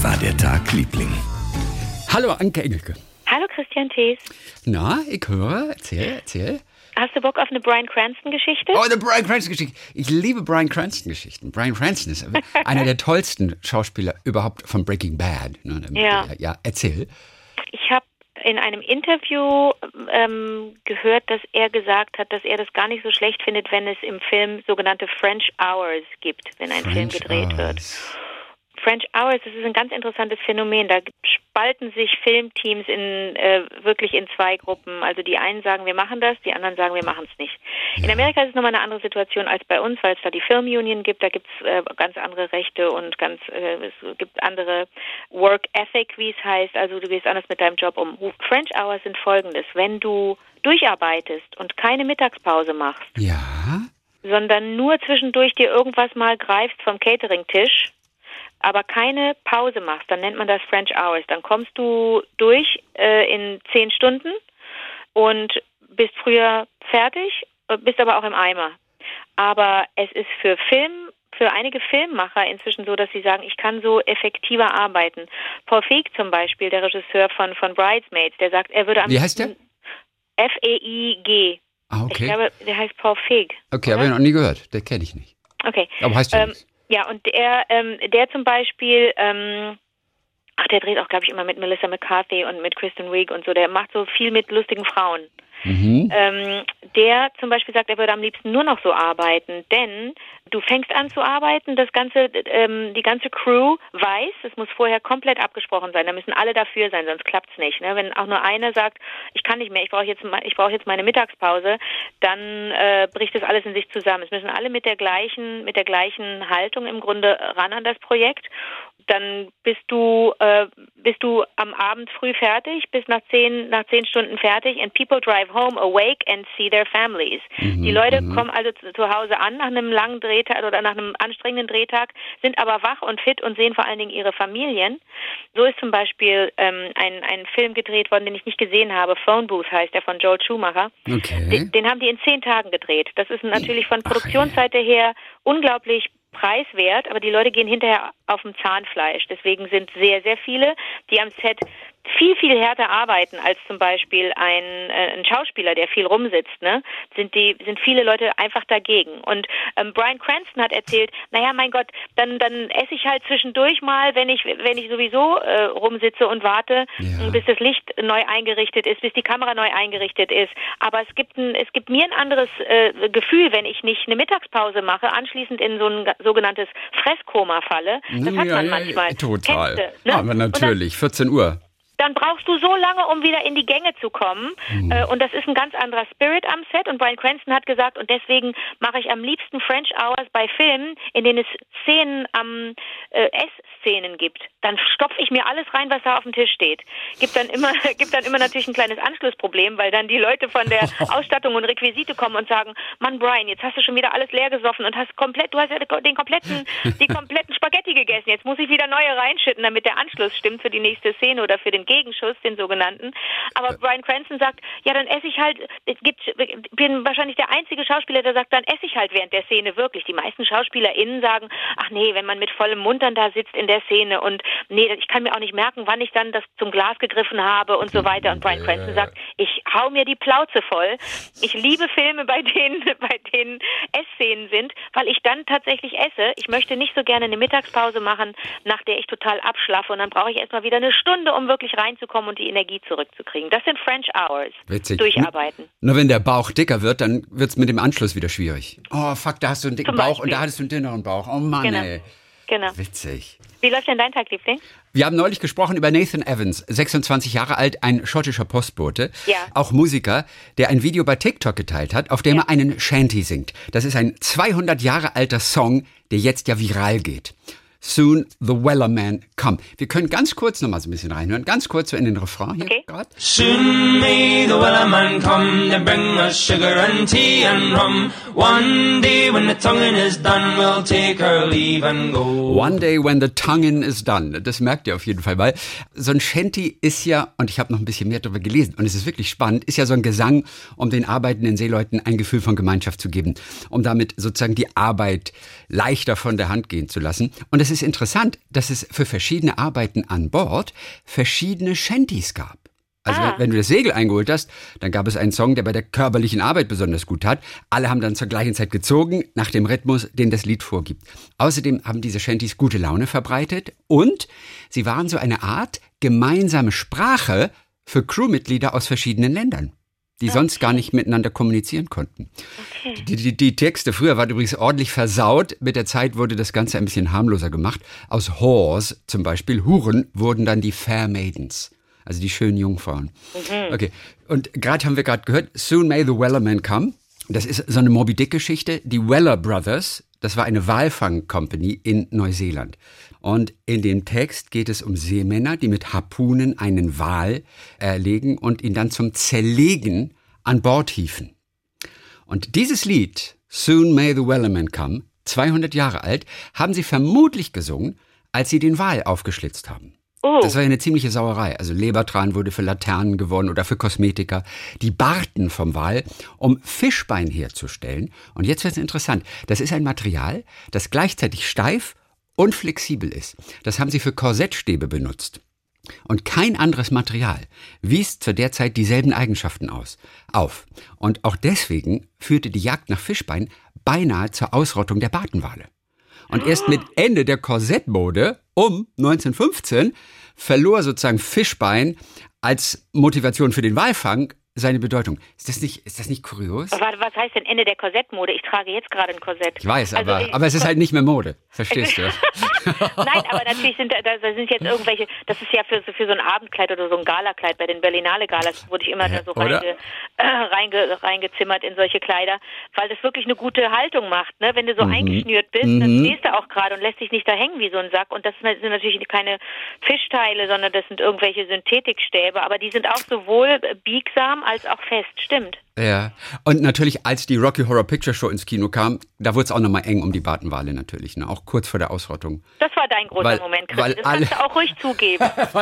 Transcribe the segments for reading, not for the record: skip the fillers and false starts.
war der Tag, Liebling? Hallo Anke Engelke. Hallo Christian Thees. Na, ich höre. Erzähl. Hast du Bock auf eine Bryan Cranston-Geschichte? Oh, eine Bryan Cranston-Geschichte. Ich liebe Bryan Cranston-Geschichten. Bryan Cranston ist einer der tollsten Schauspieler überhaupt von Breaking Bad. Ja, erzähl. Ich habe in einem Interview gehört, dass er gesagt hat, dass er das gar nicht so schlecht findet, wenn es im Film sogenannte French Hours gibt, wenn ein Film gedreht wird. French Hours, das ist ein ganz interessantes Phänomen. Da spalten sich Filmteams wirklich in zwei Gruppen. Also die einen sagen, wir machen das, die anderen sagen, wir machen es nicht. In Amerika ist es nochmal eine andere Situation als bei uns, weil es da die Filmunion gibt. Da gibt es ganz andere Rechte und es gibt andere Work Ethic, wie es heißt. Also du gehst anders mit deinem Job um. French Hours sind folgendes. Wenn du durcharbeitest und keine Mittagspause machst, sondern nur zwischendurch dir irgendwas mal greifst vom Catering-Tisch, aber keine Pause machst, dann nennt man das French Hours. Dann kommst du durch in 10 Stunden und bist früher fertig, bist aber auch im Eimer. Aber es ist für einige Filmmacher inzwischen so, dass sie sagen, ich kann so effektiver arbeiten. Paul Feig zum Beispiel, der Regisseur von Bridesmaids, der sagt, er würde am... Wie heißt der? Feig. Ah, okay. Ich glaube, der heißt Paul Feig. Okay, habe ich noch nie gehört. Der kenne ich nicht. Okay. Aber heißt ja nichts. Ja, und der zum Beispiel, der dreht auch, glaube ich, immer mit Melissa McCarthy und mit Kristen Wiig und so, der macht so viel mit lustigen Frauen. Der zum Beispiel sagt, er würde am liebsten nur noch so arbeiten, denn du fängst an zu arbeiten, die ganze Crew weiß, es muss vorher komplett abgesprochen sein, da müssen alle dafür sein, sonst klappt's nicht. Ne? Wenn auch nur einer sagt, ich kann nicht mehr, ich brauche jetzt meine Mittagspause, dann bricht das alles in sich zusammen. Es müssen alle mit der gleichen Haltung im Grunde ran an das Projekt. Dann bist du am Abend früh fertig, bist nach 10 Stunden fertig, and people drive home awake and see their families. Die Leute kommen also zu Hause an nach einem langen Drehtag oder nach einem anstrengenden Drehtag, sind aber wach und fit und sehen vor allen Dingen ihre Familien. So ist zum Beispiel ein Film gedreht worden, den ich nicht gesehen habe. Phone Booth heißt der, von Joel Schumacher. Okay. Den haben die in 10 Tagen gedreht. Das ist natürlich von Produktionsseite her unglaublich preiswert, aber die Leute gehen hinterher auf dem Zahnfleisch. Deswegen sind sehr, sehr viele, die am Set viel, viel härter arbeiten als zum Beispiel ein Schauspieler, der viel rumsitzt, ne? Sind viele Leute einfach dagegen. Und Bryan Cranston hat erzählt, naja, mein Gott, dann esse ich halt zwischendurch mal, wenn ich sowieso rumsitze und warte, bis das Licht neu eingerichtet ist, bis die Kamera neu eingerichtet ist. Aber es gibt mir ein anderes Gefühl, wenn ich nicht eine Mittagspause mache, anschließend in so ein sogenanntes Fresskoma falle. Das hat man manchmal. Total. Kennst du, ne? Aber natürlich, 14 Uhr. Dann brauchst du so lange, um wieder in die Gänge zu kommen. Und das ist ein ganz anderer Spirit am Set. Und Bryan Cranston hat gesagt, und deswegen mache ich am liebsten French Hours bei Filmen, in denen es Szenen Essszenen gibt. Dann stopfe ich mir alles rein, was da auf dem Tisch steht. Gibt dann immer natürlich ein kleines Anschlussproblem, weil dann die Leute von der Ausstattung und Requisite kommen und sagen, Mann, Bryan, jetzt hast du schon wieder alles leer gesoffen und du hast ja die kompletten Spaghetti gegessen. Jetzt muss ich wieder neue reinschütten, damit der Anschluss stimmt für die nächste Szene oder für den Gegenschuss, den sogenannten. Aber Bryan Cranston sagt, ja, dann esse ich halt, bin wahrscheinlich der einzige Schauspieler, der sagt, dann esse ich halt während der Szene wirklich. Die meisten SchauspielerInnen sagen, ach nee, wenn man mit vollem Mund dann da sitzt in der Szene und nee, ich kann mir auch nicht merken, wann ich dann das zum Glas gegriffen habe und so weiter. Und Bryan Cranston sagt, ich hau mir die Plauze voll. Ich liebe Filme, bei denen Essszenen sind, weil ich dann tatsächlich esse. Ich möchte nicht so gerne eine Mittagspause machen, nach der ich total abschlaffe und dann brauche ich erstmal wieder eine Stunde, um wirklich reinzukommen und die Energie zurückzukriegen. Das sind French Hours. Witzig. Durcharbeiten. Nur wenn der Bauch dicker wird, dann wird es mit dem Anschluss wieder schwierig. Oh, fuck, da hast du einen dicken Bauch und da hattest du einen dünneren Bauch. Oh Mann, ey. Genau. Witzig. Wie läuft denn dein Tag, Liebling? Wir haben neulich gesprochen über Nathan Evans, 26 Jahre alt, ein schottischer Postbote, ja. Auch Musiker, der ein Video bei TikTok geteilt hat, auf dem er einen Shanty singt. Das ist ein 200 Jahre alter Song, der jetzt ja viral geht. Soon the Wellerman come. Wir können ganz kurz noch mal so ein bisschen reinhören. Ganz kurz so in den Refrain hier. Okay. Grad. Soon may the Wellerman come to bring us sugar and tea and rum. One day when the tonguing is done, we'll take our leave and go. One day when the tonguing is done. Das merkt ihr auf jeden Fall, weil so ein Shanty ist ja, und ich habe noch ein bisschen mehr darüber gelesen, und es ist wirklich spannend, ist ja so ein Gesang, um den arbeitenden Seeleuten ein Gefühl von Gemeinschaft zu geben, um damit sozusagen die Arbeit leichter von der Hand gehen zu lassen. Und es ist interessant, dass es für verschiedene verschiedene Arbeiten an Bord verschiedene Shanties gab. Also wenn du das Segel eingeholt hast, dann gab es einen Song, der bei der körperlichen Arbeit besonders gut tat. Alle haben dann zur gleichen Zeit gezogen, nach dem Rhythmus, den das Lied vorgibt. Außerdem haben diese Shanties gute Laune verbreitet und sie waren so eine Art gemeinsame Sprache für Crewmitglieder aus verschiedenen Ländern, die sonst gar nicht miteinander kommunizieren konnten. Okay. Die Texte, früher waren übrigens ordentlich versaut. Mit der Zeit wurde das Ganze ein bisschen harmloser gemacht. Aus Whores, zum Beispiel Huren, wurden dann die Fair Maidens. Also die schönen Jungfrauen. Okay. Und haben wir gerade gehört, Soon May the Wellerman Come. Das ist so eine Moby Dick-Geschichte. Die Weller Brothers, das war eine Walfang-Company in Neuseeland. Und in dem Text geht es um Seemänner, die mit Harpunen einen Wal erlegen und ihn dann zum Zerlegen an Bord hieven. Und dieses Lied, Soon May the Wellerman Come, 200 Jahre alt, haben sie vermutlich gesungen, als sie den Wal aufgeschlitzt haben. Das war ja eine ziemliche Sauerei. Also Lebertran wurde für Laternen gewonnen oder für Kosmetika. Die barten vom Wal, um Fischbein herzustellen. Und jetzt wird es interessant. Das ist ein Material, das gleichzeitig steif und flexibel ist. Das haben sie für Korsettstäbe benutzt. Und kein anderes Material wies zu der Zeit dieselben Eigenschaften auf. Und auch deswegen führte die Jagd nach Fischbein beinahe zur Ausrottung der Bartenwale. Und erst mit Ende der Korsettmode um 1915 verlor sozusagen Fischbein als Motivation für den Walfang seine Bedeutung. Ist das nicht kurios? Was heißt denn Ende der Korsettmode? Ich trage jetzt gerade ein Korsett. Ich weiß, aber es ist halt nicht mehr Mode. Verstehst du? Nein, aber natürlich sind jetzt irgendwelche, das ist ja für so ein Abendkleid oder so ein Galakleid. Bei den Berlinale Galas wurde ich immer da so reingezimmert in solche Kleider, weil das wirklich eine gute Haltung macht. Ne? Wenn du so eingeschnürt bist, dann stehst du auch gerade und lässt dich nicht da hängen wie so ein Sack. Und das sind natürlich keine Fischteile, sondern das sind irgendwelche Synthetikstäbe. Aber die sind auch sowohl biegsam als auch fest, stimmt. Ja, und natürlich, als die Rocky Horror Picture Show ins Kino kam, da wurde es auch nochmal eng um die Bartenwale natürlich, ne? Auch kurz vor der Ausrottung. Das war dein großer Moment, Chris. Das kannst du auch ruhig zugeben.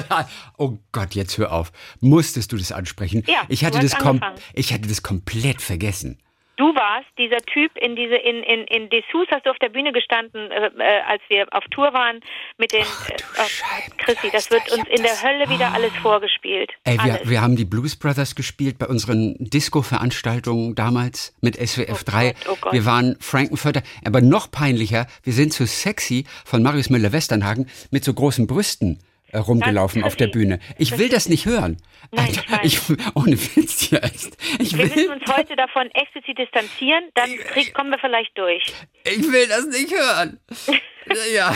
Oh Gott, jetzt hör auf. Musstest du das ansprechen? Ja, ich hatte das komplett vergessen. Du warst dieser Typ in Dessous, hast du auf der Bühne gestanden, als wir auf Tour waren mit den Chrissy, das wird uns in der Hölle wieder alles vorgespielt. Ey, wir haben die Blues Brothers gespielt bei unseren Disco-Veranstaltungen damals mit SWF 3. Oh Gott. Wir waren Frankenfurter, aber noch peinlicher, wir sind zu Sexy von Marius Müller-Westernhagen mit so großen Brüsten rumgelaufen auf der Bühne. Ich will das nicht hören. Nein, ohne Witz jetzt. Wir müssen uns heute davon explizit distanzieren, dann kommen wir vielleicht durch. Ich will das nicht hören. Ja.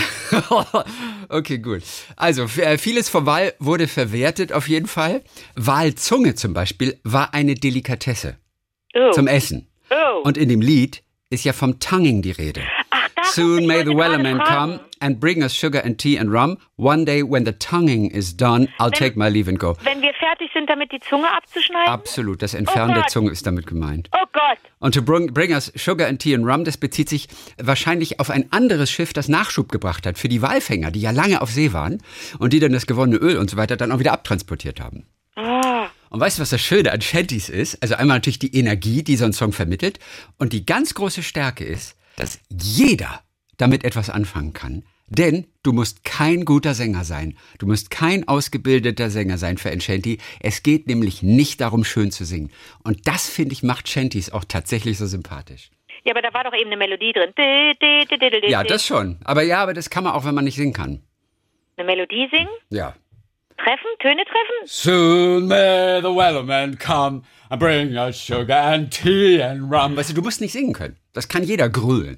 Okay, gut. Also, vieles vom Wal wurde verwertet auf jeden Fall. Walzunge zum Beispiel war eine Delikatesse zum Essen. Und in dem Lied ist ja vom Tonguing die Rede. Soon may the Wellerman come and bring us sugar and tea and rum. One day when the tonguing is done, I'll take my leave and go. Wenn wir fertig sind, damit die Zunge abzuschneiden? Absolut, das Entfernen der Zunge ist damit gemeint. Oh Gott! Und to bring us sugar and tea and rum, das bezieht sich wahrscheinlich auf ein anderes Schiff, das Nachschub gebracht hat für die Walfänger, die ja lange auf See waren und die dann das gewonnene Öl und so weiter dann auch wieder abtransportiert haben. Und weißt du, was das Schöne an Shanties ist? Also einmal natürlich die Energie, die so ein Song vermittelt. Und die ganz große Stärke ist, dass jeder damit etwas anfangen kann. Denn du musst kein guter Sänger sein. Du musst kein ausgebildeter Sänger sein für ein Shanty. Es geht nämlich nicht darum, schön zu singen. Und das, finde ich, macht Shanties auch tatsächlich so sympathisch. Ja, aber da war doch eben eine Melodie drin. Ja, das schon. Aber das kann man auch, wenn man nicht singen kann. Eine Melodie singen? Ja. Treffen? Töne treffen? Soon may the wellerman come and bring us sugar and tea and rum. Weißt du, du musst nicht singen können. Das kann jeder grölen.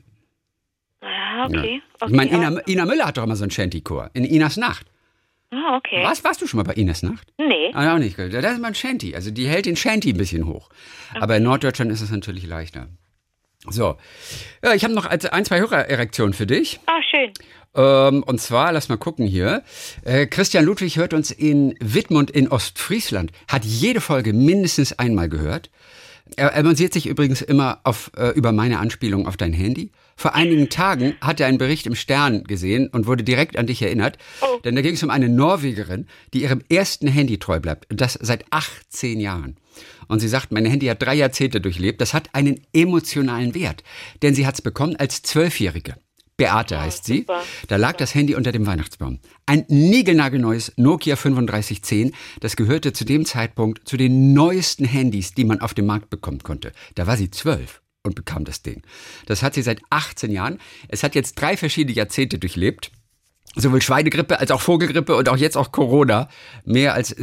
Ah, okay. Ja. Ich meine, Ina Müller hat doch immer so einen Shanty-Chor. In Inas Nacht. Ah, okay. Warst du schon mal bei Inas Nacht? Nee. Auch nicht. Das ist mal ein Shanty. Also die hält den Shanty ein bisschen hoch. Okay. Aber in Norddeutschland ist es natürlich leichter. So. Ja, ich habe noch ein, zwei Hörererektionen für dich. Ah, schön. Und zwar, lass mal gucken hier. Christian Ludwig hört uns in Wittmund in Ostfriesland. Hat jede Folge mindestens einmal gehört. Er amüsiert sich übrigens immer über meine Anspielung auf dein Handy. Vor einigen Tagen hat er einen Bericht im Stern gesehen und wurde direkt an dich erinnert. Oh. Denn da ging es um eine Norwegerin, die ihrem ersten Handy treu bleibt. Und das seit 18 Jahren. Und sie sagt, mein Handy hat 3 Jahrzehnte durchlebt. Das hat einen emotionalen Wert. Denn sie hat es bekommen als 12-Jährige. Beate heißt sie. Super. Da lag das Handy unter dem Weihnachtsbaum. Ein niegelnagelneues Nokia 3510. Das gehörte zu dem Zeitpunkt zu den neuesten Handys, die man auf dem Markt bekommen konnte. Da war sie 12 und bekam das Ding. Das hat sie seit 18 Jahren. Es hat jetzt 3 verschiedene Jahrzehnte durchlebt. Sowohl Schweinegrippe als auch Vogelgrippe und auch jetzt auch Corona. Mehr als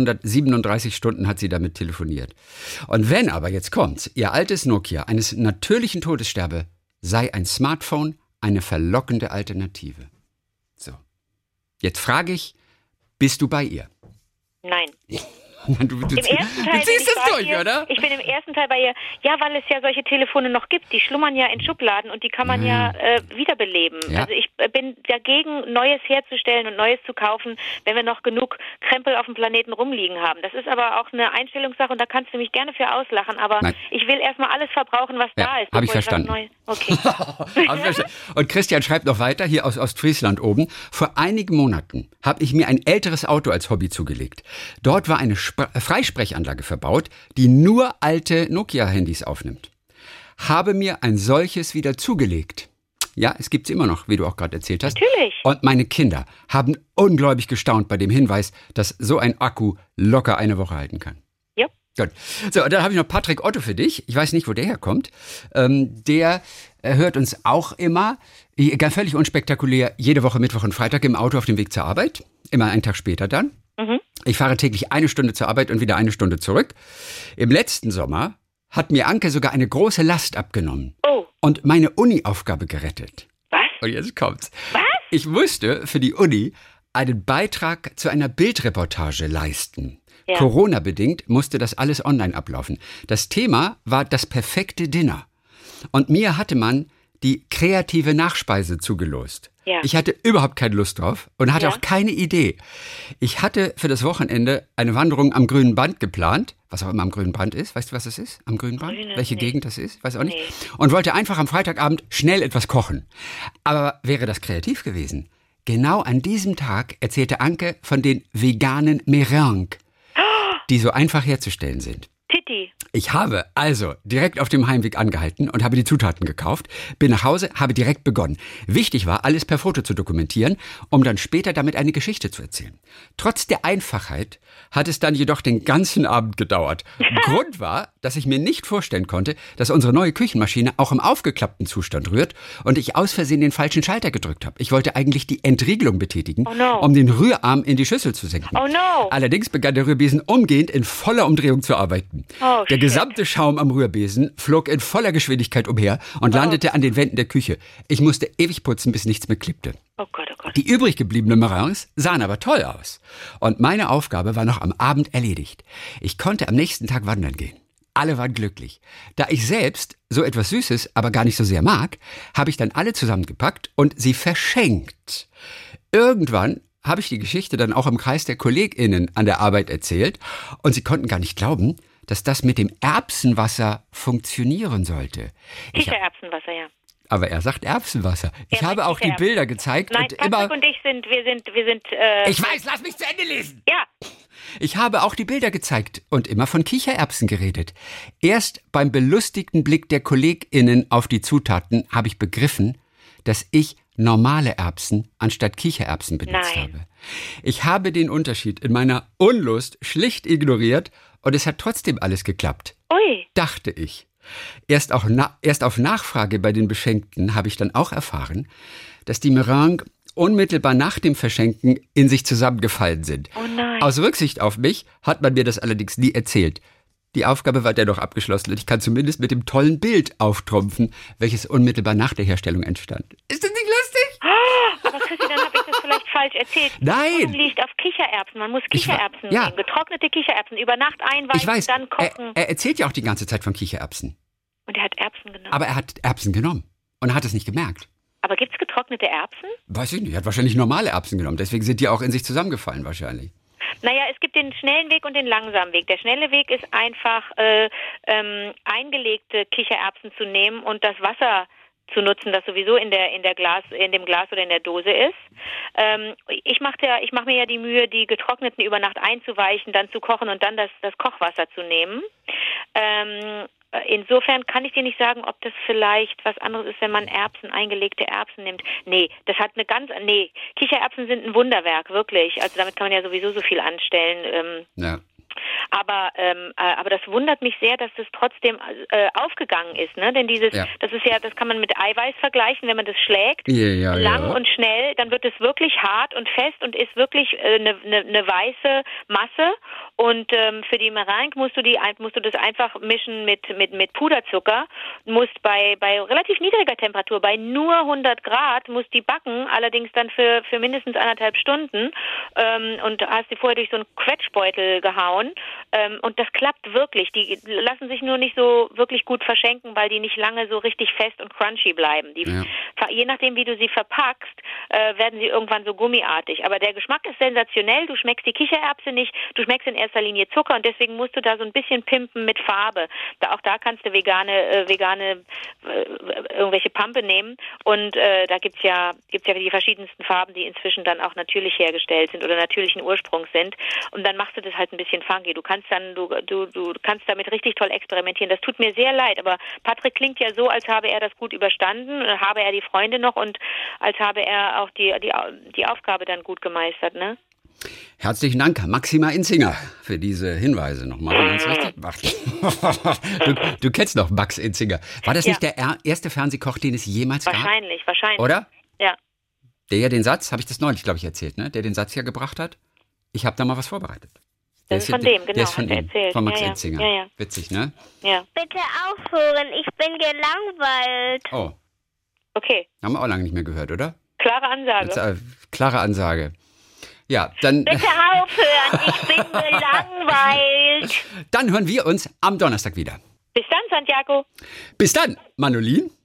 737 Stunden hat sie damit telefoniert. Und wenn aber, jetzt kommt's, ihr altes Nokia eines natürlichen Todes sterbe, sei ein Smartphone eine verlockende Alternative. So. Jetzt frage ich, bist du bei ihr? Nein. Du Im ersten Teil ziehst es durch, ihr, oder? Ich bin im ersten Teil bei ihr. Ja, weil es ja solche Telefone noch gibt. Die schlummern ja in Schubladen und die kann man ja wiederbeleben. Ja. Also ich bin dagegen, Neues herzustellen und Neues zu kaufen, wenn wir noch genug Krempel auf dem Planeten rumliegen haben. Das ist aber auch eine Einstellungssache und da kannst du mich gerne für auslachen. Aber Nein. ich will erstmal alles verbrauchen, was da ist. Habe ich bevor verstanden. Okay. Hab ich verstanden. Und Christian schreibt noch weiter, hier aus Ostfriesland oben. Vor einigen Monaten habe ich mir ein älteres Auto als Hobby zugelegt. Dort war eine Freisprechanlage verbaut, die nur alte Nokia-Handys aufnimmt. Habe mir ein solches wieder zugelegt. Ja, es gibt's immer noch, wie du auch gerade erzählt hast. Natürlich. Und meine Kinder haben ungläubig gestaunt bei dem Hinweis, dass so ein Akku locker eine Woche halten kann. Ja. Gut. So, und dann habe ich noch Patrick Otto für dich. Ich weiß nicht, wo der herkommt. Der hört uns auch immer, völlig unspektakulär, jede Woche Mittwoch und Freitag im Auto auf dem Weg zur Arbeit. Immer einen Tag später dann. Mhm. Ich fahre täglich 1 Stunde zur Arbeit und wieder 1 Stunde zurück. Im letzten Sommer hat mir Anke sogar eine große Last abgenommen. Oh. Und meine Uni-Aufgabe gerettet. Was? Und jetzt kommt's. Was? Ich musste für die Uni einen Beitrag zu einer Bildreportage leisten. Ja. Corona-bedingt musste das alles online ablaufen. Das Thema war das perfekte Dinner. Und mir hatte man die kreative Nachspeise zugelost. Ja. Ich hatte überhaupt keine Lust drauf und hatte Ja. auch keine Idee. Ich hatte für das Wochenende eine Wanderung am Grünen Band geplant, was auch immer am Grünen Band ist. Weißt du, was es ist am Grünen Band? Welche Gegend das ist? Weiß auch nicht. Und wollte einfach am Freitagabend schnell etwas kochen. Aber wäre das kreativ gewesen? Genau an diesem Tag erzählte Anke von den veganen Meringues, die so einfach herzustellen sind. Titi. Ich habe also direkt auf dem Heimweg angehalten und habe die Zutaten gekauft, bin nach Hause, habe direkt begonnen. Wichtig war, alles per Foto zu dokumentieren, um dann später damit eine Geschichte zu erzählen. Trotz der Einfachheit hat es dann jedoch den ganzen Abend gedauert. Grund war, dass ich mir nicht vorstellen konnte, dass unsere neue Küchenmaschine auch im aufgeklappten Zustand rührt und ich aus Versehen den falschen Schalter gedrückt habe. Ich wollte eigentlich die Entriegelung betätigen, um den Rührarm in die Schüssel zu senken. Oh no. Allerdings begann der Rührbesen umgehend in voller Umdrehung zu arbeiten. Oh, Der gesamte Schaum am Rührbesen flog in voller Geschwindigkeit umher und landete an den Wänden der Küche. Ich musste ewig putzen, bis nichts mehr klippte. Oh Gott, oh Gott. Die übrig gebliebenen Meringues sahen aber toll aus. Und meine Aufgabe war noch am Abend erledigt. Ich konnte am nächsten Tag wandern gehen. Alle waren glücklich. Da ich selbst so etwas Süßes aber gar nicht so sehr mag, habe ich dann alle zusammengepackt und sie verschenkt. Irgendwann habe ich die Geschichte dann auch im Kreis der KollegInnen an der Arbeit erzählt und sie konnten gar nicht glauben, dass das mit dem Erbsenwasser funktionieren sollte. Kichererbsenwasser, ja. Aber er sagt Erbsenwasser. Ich Er habe sagt auch die Kichererbsen. Bilder gezeigt Nein, und Patrick immer... und ich sind. Ich weiß, lass mich zu Ende lesen! Ja. Ich habe auch die Bilder gezeigt und immer von Kichererbsen geredet. Erst beim belustigten Blick der KollegInnen auf die Zutaten habe ich begriffen, dass ich normale Erbsen anstatt Kichererbsen benutzt habe. Ich habe den Unterschied in meiner Unlust schlicht ignoriert und es hat trotzdem alles geklappt. Ui. Dachte ich. Erst auf Nachfrage bei den Beschenkten habe ich dann auch erfahren, dass die Meringues unmittelbar nach dem Verschenken in sich zusammengefallen sind. Oh nein. Aus Rücksicht auf mich hat man mir das allerdings nie erzählt. Die Aufgabe war dennoch abgeschlossen und ich kann zumindest mit dem tollen Bild auftrumpfen, welches unmittelbar nach der Herstellung entstand. Ist das nicht lustig? Aber Christi, dann habe ich das vielleicht falsch erzählt. Nein. Die liegt auf Kichererbsen. Man muss Kichererbsen ja. nehmen. Getrocknete Kichererbsen. Über Nacht einweichen, Ich weiß, dann kochen. er erzählt ja auch die ganze Zeit von Kichererbsen. Und er hat Erbsen genommen. Aber er hat Erbsen genommen und er hat es nicht gemerkt. Aber gibt es getrocknete Erbsen? Weiß ich nicht, er hat wahrscheinlich normale Erbsen genommen. Deswegen sind die auch in sich zusammengefallen wahrscheinlich. Naja, es gibt den schnellen Weg und den langsamen Weg. Der schnelle Weg ist einfach, eingelegte Kichererbsen zu nehmen und das Wasser zu nutzen, das sowieso in dem Glas oder in der Dose ist. Ich mache mir ja die Mühe, die getrockneten über Nacht einzuweichen, dann zu kochen und dann das Kochwasser zu nehmen. insofern kann ich dir nicht sagen, ob das vielleicht was anderes ist, wenn man eingelegte Erbsen nimmt. Nee, Kichererbsen sind ein Wunderwerk, wirklich. Also damit kann man ja sowieso so viel anstellen. Ja. Aber das wundert mich sehr, dass das trotzdem aufgegangen ist, ne? Denn das kann man mit Eiweiß vergleichen, wenn man das schlägt, lang und schnell, dann wird es wirklich hart und fest und ist wirklich eine weiße Masse. Und für die Meringue musst du das einfach mischen mit Puderzucker. Musst bei relativ niedriger Temperatur, bei nur 100 Grad, musst die backen, allerdings dann für mindestens 1,5 Stunden. Und hast die vorher durch so einen Quetschbeutel gehauen. Und das klappt wirklich. Die lassen sich nur nicht so wirklich gut verschenken, weil die nicht lange so richtig fest und crunchy bleiben. Je nachdem, wie du sie verpackst, werden sie irgendwann so gummiartig. Aber der Geschmack ist sensationell. Du schmeckst die Kichererbse nicht. Du schmeckst in erster Linie Zucker und deswegen musst du da so ein bisschen pimpen mit Farbe. Auch da kannst du vegane irgendwelche Pampe nehmen. Und da gibt's ja die verschiedensten Farben, die inzwischen dann auch natürlich hergestellt sind oder natürlichen Ursprungs sind. Und dann machst du das halt ein bisschen funky. Du kannst damit richtig toll experimentieren. Das tut mir sehr leid, aber Patrick klingt ja so, als habe er das gut überstanden, habe er die Freunde noch und als habe er auch die Aufgabe dann gut gemeistert, ne? Herzlichen Dank, Maxima Inzinger, für diese Hinweise nochmal. Ganz richtig. Du kennst noch Max Inzinger. War das nicht der erste Fernsehkoch, den es jemals gab? Wahrscheinlich. Oder? Ja. Der ja den Satz, habe ich das neulich, glaube ich, erzählt, ne? Der den Satz ja gebracht hat. Ich habe da mal was vorbereitet. Das ist von dem, genau. Der ist von ihm, erzählt. von Max Inzinger. Ja. Witzig, ne? Ja. Bitte aufhören, ich bin gelangweilt. Oh. Okay. Haben wir auch lange nicht mehr gehört, oder? Klare Ansage. Klare Ansage. Ja, dann... Bitte aufhören, ich bin gelangweilt. Dann hören wir uns am Donnerstag wieder. Bis dann, Santiago. Bis dann, Manolin.